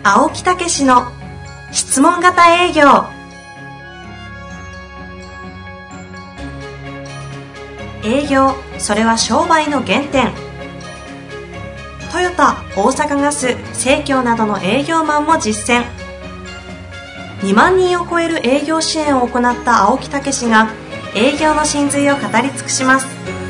青木武の質問型営業。営業、それは商売の原点。トヨタ、大阪ガス、生協などの営業マンも実践。2万人を超える営業支援を行った青木武が営業の真髄を語り尽くします。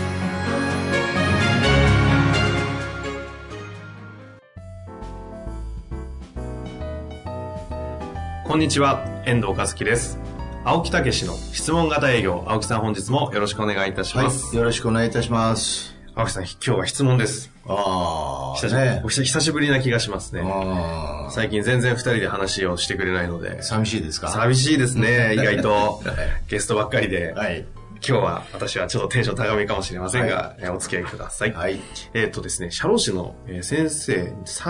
こんにちは、遠藤和樹です。青木武の質問型営業。青木さん、本日もよろしくお願いいたします。 はい、よろしくお願いいたします。 青木さん、今日は質問です。久しぶりな気がしますね。最近全然2人で話をしてくれないので。 寂しいですか？ 寂しいですね。意外とゲストばっかりで、はい、今日は私はちょっとテンション高めかもしれませんが、はい、お付き合いください。はい、ですね、社労士の先生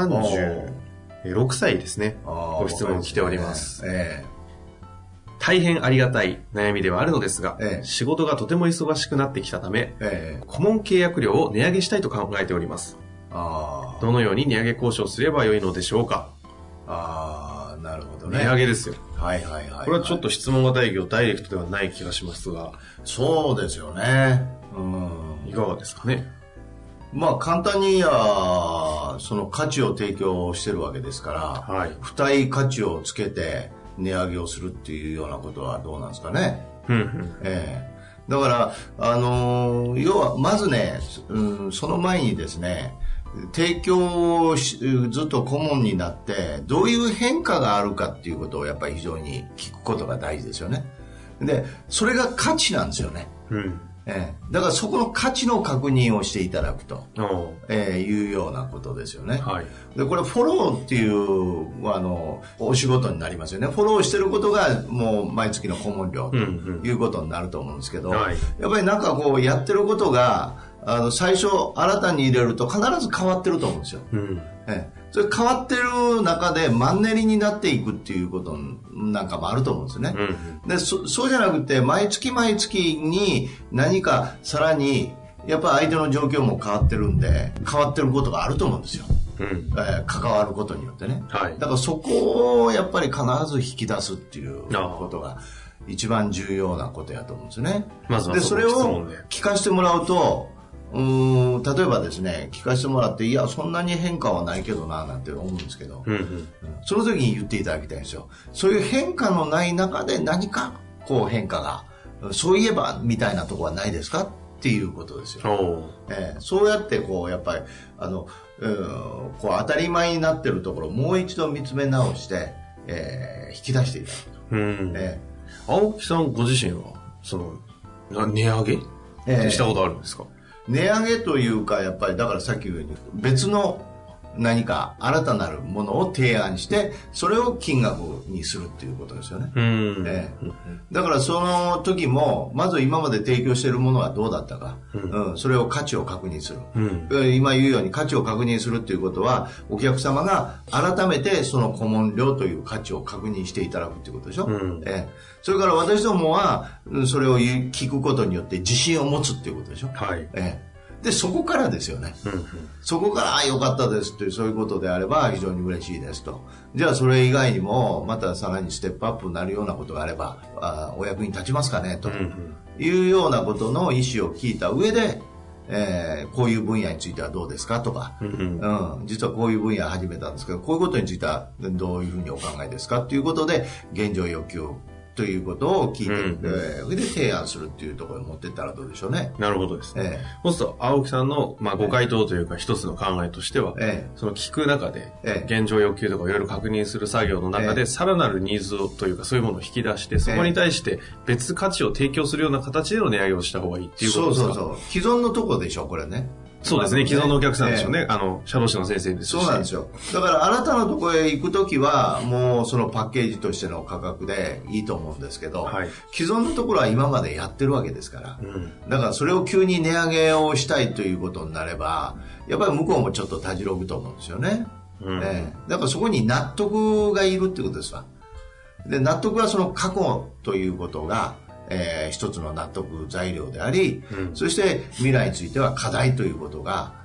36歳ですね。ご質問来ております。大変ありがたい悩みではあるのですが、仕事がとても忙しくなってきたため、顧問契約料を値上げしたいと考えております。どのように値上げ交渉すればよいのでしょうか？ なるほどね。 値上げですよ。 はいはいはい。 これはちょっと質問型営業ダイレクトではない気がしますが。 そうですよね。 いかがですかね。 まあ簡単にその価値を提供してるわけですから、はい、付帯価値をつけて値上げをするっていうようなことはどうなんですかね。だから要はまずね、その前にですね、提供をずっと顧問になってどういう変化があるかっていうことをやっぱり非常に聞くことが大事ですよね。で、それが価値なんですよね。だからそこの価値の確認をしていただくと、いうようなことですよね。はい、でこれフォローっていうお仕事になりますよね。フォローしてることがもう毎月の顧問料ということになると思うんですけど、やっぱりなんかこうやってることが最初新たに入れると必ず変わってると思うんですよ。それ変わってる中でマンネリになっていくっていうことなんかもあると思うんですよね。でそうじゃなくて毎月毎月に何かさらにやっぱり相手の状況も変わってるんで変わってることがあると思うんですよ。関わることによってね。だからそこをやっぱり必ず引き出すっていうことが一番重要なことやと思うんですね。でそれを聞かせてもらうと例えばですね、聞かせてもらって、いやそんなに変化はないけどななんて思うんですけど、その時に言っていただきたいんですよ。そういう変化のない中で何かこう変化がそういえばみたいなところはないですかっていうことですよ。そうやってこうやっぱりこう当たり前になってるところをもう一度見つめ直して、引き出していただくと。 青木さんご自身はその値上げしたことあるんですか？ 値上げというかやっぱりだからさっき言うように別の何か新たなるものを提案してそれを金額にするっていうことですよね。だからその時もまず今まで提供しているものはどうだったか、それを価値を確認する、今言うように価値を確認するっていうことはお客様が改めてその顧問料という価値を確認していただくっていうことでしょ。それから私どもはそれを聞くことによって自信を持つっていうことでしょ。でそこからですよね。そこから良かったですというそういうことであれば非常に嬉しいですと。じゃあそれ以外にもまたさらにステップアップになるようなことがあればお役に立ちますかねというようなことの意思を聞いた上で、こういう分野についてはどうですかとか、実はこういう分野始めたんですけどこういうことについてはどういうふうにお考えですかということで現状要求ということを聞いて、それで提案するっていうところに持っていったらどうでしょうね。 なるほどですね。そうすると青木さんの、ご回答というか一つの考えとしては、その聞く中で、現状要求とかをいろいろ確認する作業の中で、さらなるニーズをというかそういうものを引き出して、そこに対して別価値を提供するような形での値上げをした方がいいっていうことですか？ そう既存のところでしょこれね。 そうですね。既存のお客さんでしょうね。社労士の先生ですし。 そうなんですよ。だからあなたのところへ行くときはもうそのパッケージとしての価格でいいと思うんですけど、既存のところは今までやってるわけですから、だからそれを急に値上げをしたいということになればやっぱり向こうもちょっとたじろぐと思うんですよね。だからそこに納得がいるってことですわ。で納得はその過去ということが一つの納得材料であり、そして未来については課題ということが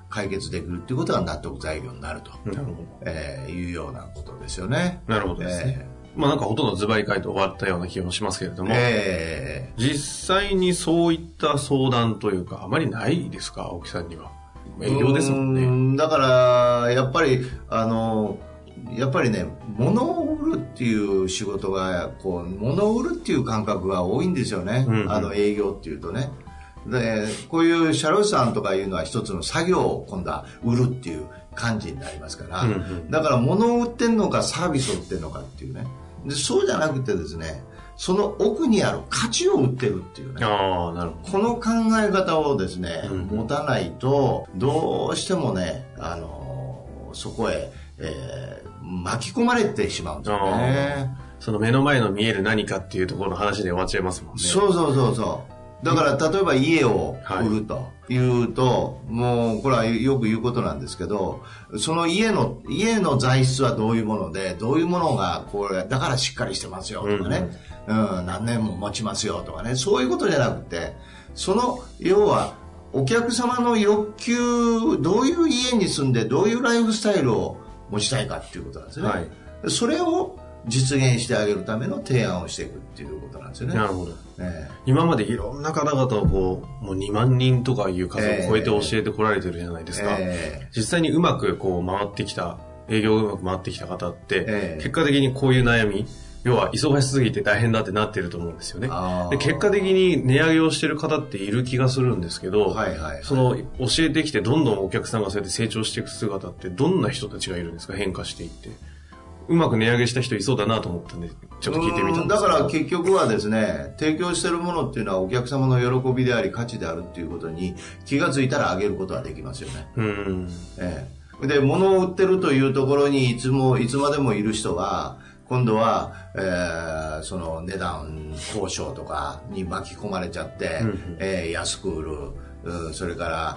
解決できるっていうことが納得材料になると、 なるほど、 いうようなことですよね。 なるほどですね。まあなんかほとんどズバリ回答終わったような気もしますけれども、実際にそういった相談というかあまりないですか、青木さんには。営業ですもんね。 だからやっぱりね、物を売るっていう仕事が物を売るっていう感覚が多いんですよね、営業っていうとね。でこういう社労士さんとかいうのは一つの作業を今度は売るっていう感じになりますから、だから物を売ってんのかサービスを売ってんのかっていうね。でそうじゃなくてですね、その奥にある価値を売ってるっていうね、 なるほど、 この考え方をですね、持たないとどうしてもね、そこへ、巻き込まれてしまうんですよね。 その目の前の見える何かっていうところの話で終わっちゃいますもんね。 そうだから例えば家を売るというと、もうこれはよく言うことなんですけど、その家の材質はどういうもので、どういうものがこれだからしっかりしてますよとかね、何年も持ちますよとかね、そういうことじゃなくて、その要はお客様の欲求、どういう家に住んでどういうライフスタイルを持ちたいかっていうことなんですね、それを実現してあげるための提案をしていくっていうことなんですよね。 なるほど、今までいろんな方々をもう2万人とかいう数を超えて教えてこられてるじゃないですか、実際にうまく回ってきた、営業がうまく回ってきた方って、結果的にこういう悩み、要は忙しすぎて大変だってなってると思うんですよね。で結果的に値上げをしてる方っている気がするんですけど、その教えてきてどんどんお客さんがそうやって成長していく姿ってどんな人たちがいるんですか、変化していって。うまく値上げした人いそうだなと思ったんでちょっと聞いてみたんですけど。 だから結局はですね、提供してるものっていうのはお客様の喜びであり価値であるっていうことに気がついたら上げることはできますよね。で物を売ってるというところにいつまでもいる人は今度は、その値段交渉とかに巻き込まれちゃって、安く売る、それから、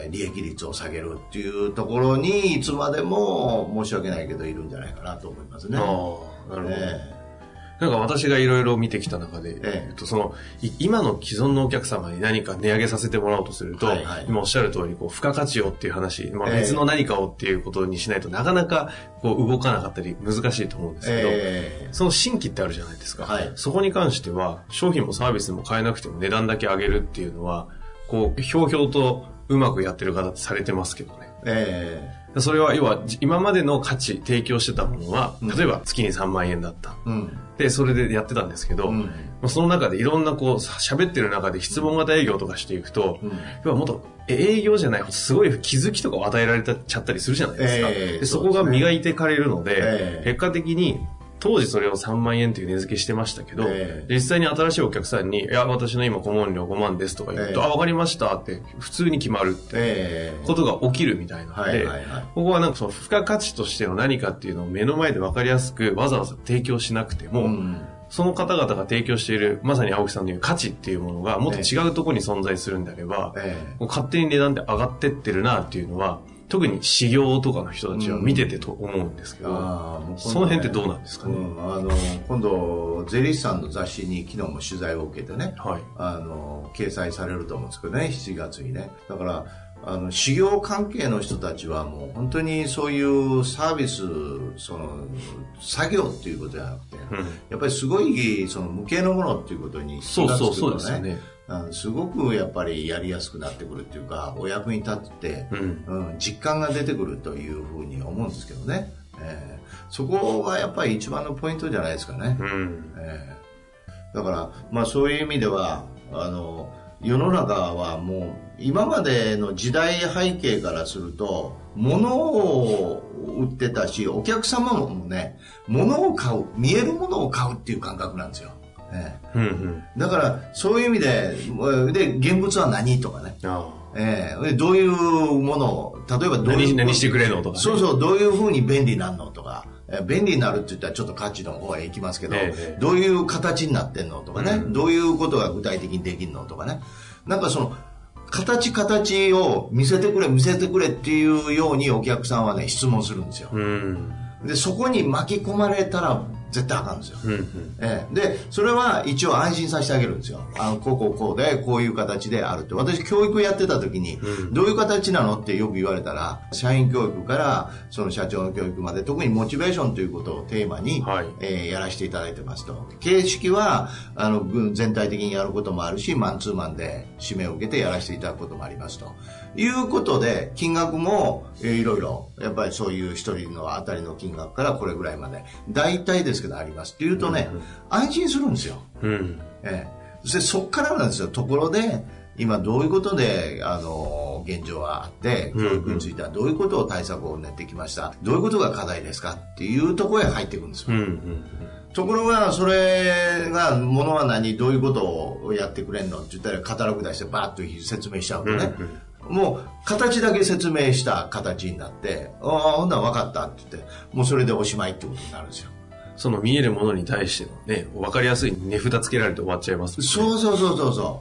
利益率を下げるっていうところにいつまでも申し訳ないけどいるんじゃないかなと思いますね。 なるほど。なんか私がいろいろ見てきた中で、その今の既存のお客様に何か値上げさせてもらおうとすると、今おっしゃる通り付加価値をっていう話、別の何かをっていうことにしないとなかなか動かなかったり難しいと思うんですけど、その新規ってあるじゃないですか、そこに関しては商品もサービスも変えなくても値段だけ上げるっていうのはひょうひょうとうまくやってる方ってされてますけどね。それは要は今までの価値提供してたものは、例えば月に3万円だった、でそれでやってたんですけど、その中でいろんな喋ってる中で質問型営業とかしていくと、要はもっと営業じゃないすごい気づきとかを与えられちゃったりするじゃないですか、でそこが磨いてかれるので、結果的に当時それを3万円という値付けしてましたけど、実際に新しいお客さんに、いや、私の今顧問料5万ですとか言うと、わかりましたって普通に決まるってことが起きるみたいなので、ここはなんかその付加価値としての何かっていうのを目の前でわかりやすくわざわざ提供しなくても、その方々が提供している、まさに青木さんの言う価値っていうものがもっと違うところに存在するんであれば、勝手に値段で上がってってるなっていうのは、特に修行とかの人たちは見ててと思うんですけど、その辺ってどうなんですかね。 今度税理士さんの雑誌に昨日も取材を受けてね、掲載されると思うんですけどね、7月にね。だから修行関係の人たちはもう本当にそういうサービス、その作業っていうことじゃなくて、やっぱりすごいその無形のものっていうことに気がつくとね、すごくやっぱりやりやすくなってくるっていうか、お役に立って、実感が出てくるというふうに思うんですけどね、そこがやっぱり一番のポイントじゃないですかね。だからそういう意味では世の中はもう今までの時代背景からすると物を売ってたし、お客様もね、物を買う、見えるものを買うっていう感覚なんですよ。だからそういう意味で現物は何とかね、どういうものを、例えば何してくれるのとか、 ね、どういうふうに便利になるのとか、便利になるって言ったらちょっと価値の方へ行きますけど、どういう形になってんのとかね、どういうことが具体的にできるのとかね、なんかその形を見せてくれっていうようにお客さんはね質問するんですよ。でそこに巻き込まれたら絶対あかんんですよ、でそれは一応安心させてあげるんですよ。こうでこういう形であるって。私教育やってた時に、どういう形なのってよく言われたら、社員教育からその社長の教育まで、特にモチベーションということをテーマに、やらせていただいてますと。形式は全体的にやることもあるし、マンツーマンで指名を受けてやらせていただくこともありますということで、金額もいろいろやっぱりそういう一人の当たりの金額からこれぐらいまで大体ですけどありますっていうとね、安心するんですよ、そっからなんですよ。ところで今どういうことで現状はあって、教育についてはどういうことを対策を練ってきました、どういうことが課題ですかっていうところへ入っていくんですよ、ところがそれが物は何、どういうことをやってくれんのって言ったらカタログ出してバーッと説明しちゃうとね、もう形だけ説明した形になって、ほんなら分かったって言って、もうそれでおしまいってことになるんですよ。 その見えるものに対してのね、分かりやすい値札つけられて終わっちゃいますもんね。 そう。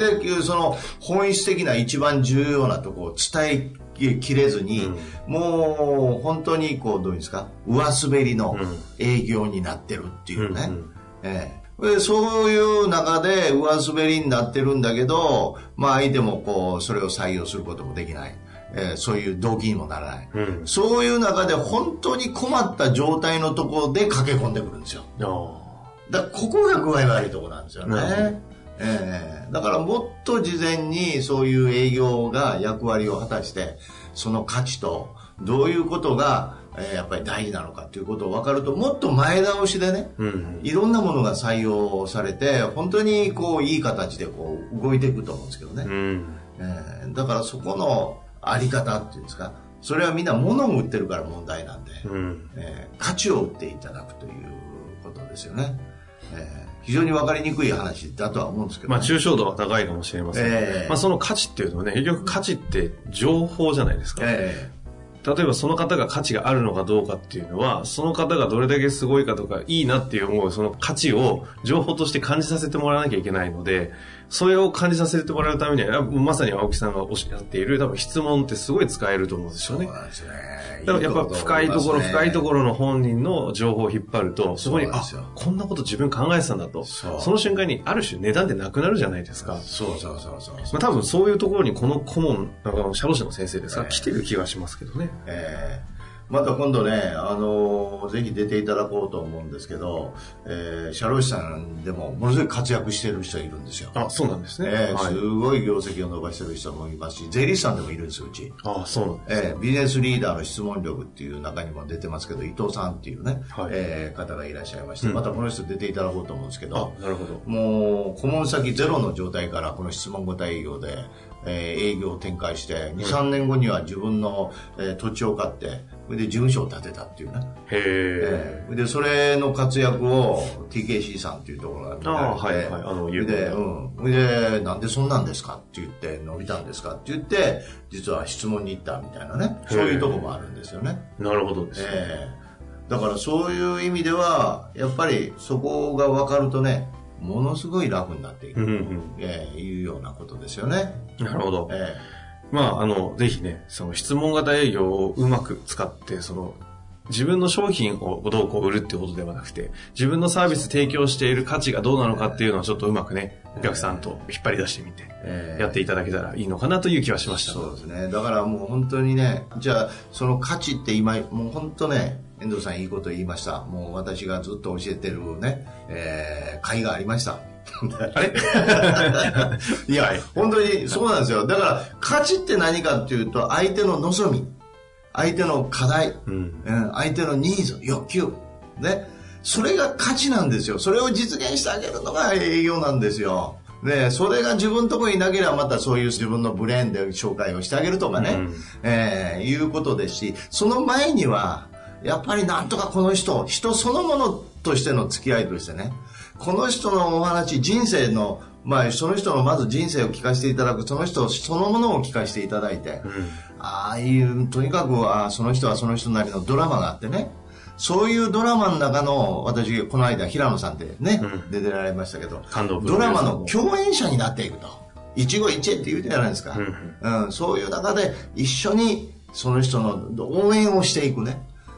で、その本質的な一番重要なところを伝えきれずに、もう本当にどういうんですか、上滑りの営業になってるっていうね。そういう中で上滑りになってるんだけど、相手もそれを採用することもできない。そういう動機にもならない、そういう中で本当に困った状態のところで駆け込んでくるんですよ。だからここが具合悪いところなんですよね、だからもっと事前にそういう営業が役割を果たして、その価値とどういうことがやっぱり大事なのかということを分かると、もっと前倒しでね、いろんなものが採用されて本当にいい形で動いていくと思うんですけどね、だからそこのあり方っていうんですか、それはみんな物を売ってるから問題なんで、価値を売っていただくということですよね。非常に分かりにくい話だとは思うんですけど、ね、 抽象度は高いかもしれません、その価値っていうのはね、結局価値って情報じゃないですか、例えばその方が価値があるのかどうかっていうのは、その方がどれだけすごいかとかいいなっていう思うその価値を情報として感じさせてもらわなきゃいけないので、それを感じさせてもらうためにはまさに青木さんがおっしゃっている多分質問ってすごい使えると思うんですよね。 そうなんですね。 だからやっぱ深いところの本人の情報を引っ張ると、そこにこんなこと自分考えてたんだと、その瞬間にある種値段でなくなるじゃないですか。多分そういうところにこの顧問社労士の先生ですが、来てる気がしますけどね。 また今度ね、ぜひ出ていただこうと思うんですけど、社労士さんでもものすごい活躍してる人いるんですよ。 そうなんですね。 すごい業績を伸ばしてる人もいますし、税理士さんでもいるんですよ、うち。 そうなんですね。 ビジネスリーダーの質問力っていう中にも出てますけど、伊藤さんっていうね、方がいらっしゃいまして、またこの人出ていただこうと思うんですけど、 なるほど。 もう顧問先ゼロの状態からこの質問型営業で、営業を展開して、2、3年後には自分の、土地を買って、それで事務所を建てたっていうね。でそれの活躍を TKC さんっていうところが見られて、でなんでそんなんですかって言って、伸びたんですかって言って、実は質問に行ったみたいなね、そういうところもあるんですよね。 なるほどですね。 だからそういう意味ではやっぱりそこが分かるとね、ものすごい楽になっていくというようなことですよね。 なるほど。ぜひね、その質問型営業をうまく使って、自分の商品をどう売るっていうことではなくて、自分のサービス提供している価値がどうなのかっていうのをちょっとうまくね、お客さんと引っ張り出してみて、やっていただけたらいいのかなという気はしました。 そうですね。だからもう本当にね、じゃあその価値って今、もう本当ね、遠藤さんいいこと言いました。もう私がずっと教えてるね、会がありました。 あれいや、本当にそうなんですよ。だから価値って何かっていうと、相手の望み、相手の課題、相手のニーズ、欲求、ね、それが価値なんですよ。それを実現してあげるのが営業なんですよ。で、それが自分のところになければ、またそういう自分のブレーンで紹介をしてあげるとかね、いうことですし、その前にはやっぱりなんとかこの人そのものとしての付き合いとしてね、この人のお話、人生の、その人のまず人生を聞かせていただく、その人そのものを聞かせていただいて、とにかくその人はその人なりのドラマがあってね、そういうドラマの中の、私この間平野さんってね、出てられましたけど、ドラマの共演者になっていくと、一期一会って言うじゃないですか、そういう中で一緒にその人の応援をしていくね、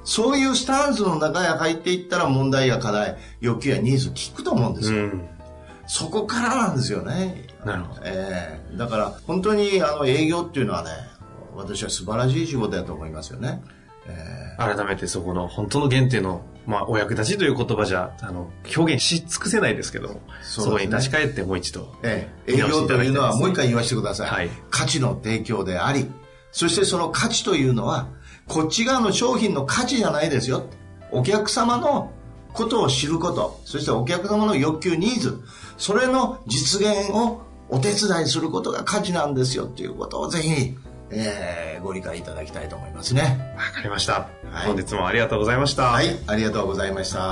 そういうスタンスの中へ入っていったら問題や課題、欲求やニーズ聞くと思うんですよ。そこからなんですよね。 なるほど。 だから本当に営業っていうのはね、私は素晴らしい仕事だと思いますよね。 改めてそこの本当の原点の、お役立ちという言葉じゃ表現し尽くせないですけども、そこに立ち返ってもう一度、 営業というのはもう一回言わせてください、はい、価値の提供であり、そしてその価値というのはこっち側の商品の価値じゃないですよ。お客様のことを知ること、そしてお客様の欲求ニーズ、それの実現をお手伝いすることが価値なんですよということをぜひご理解いただきたいと思いますね。 わかりました、はい、本日もありがとうございました。 はい、ありがとうございました。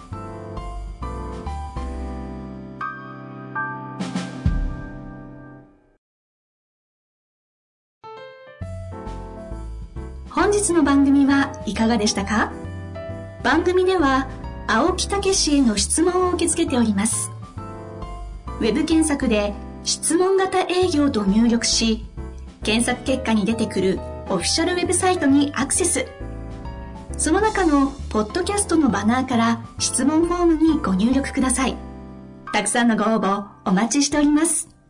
本日の番組はいかがでしたか？番組では青木武氏への質問を受け付けております。ウェブ検索で質問型営業と入力し、検索結果に出てくるオフィシャルウェブサイトにアクセス。その中のポッドキャストのバナーから質問フォームにご入力ください。たくさんのご応募お待ちしております。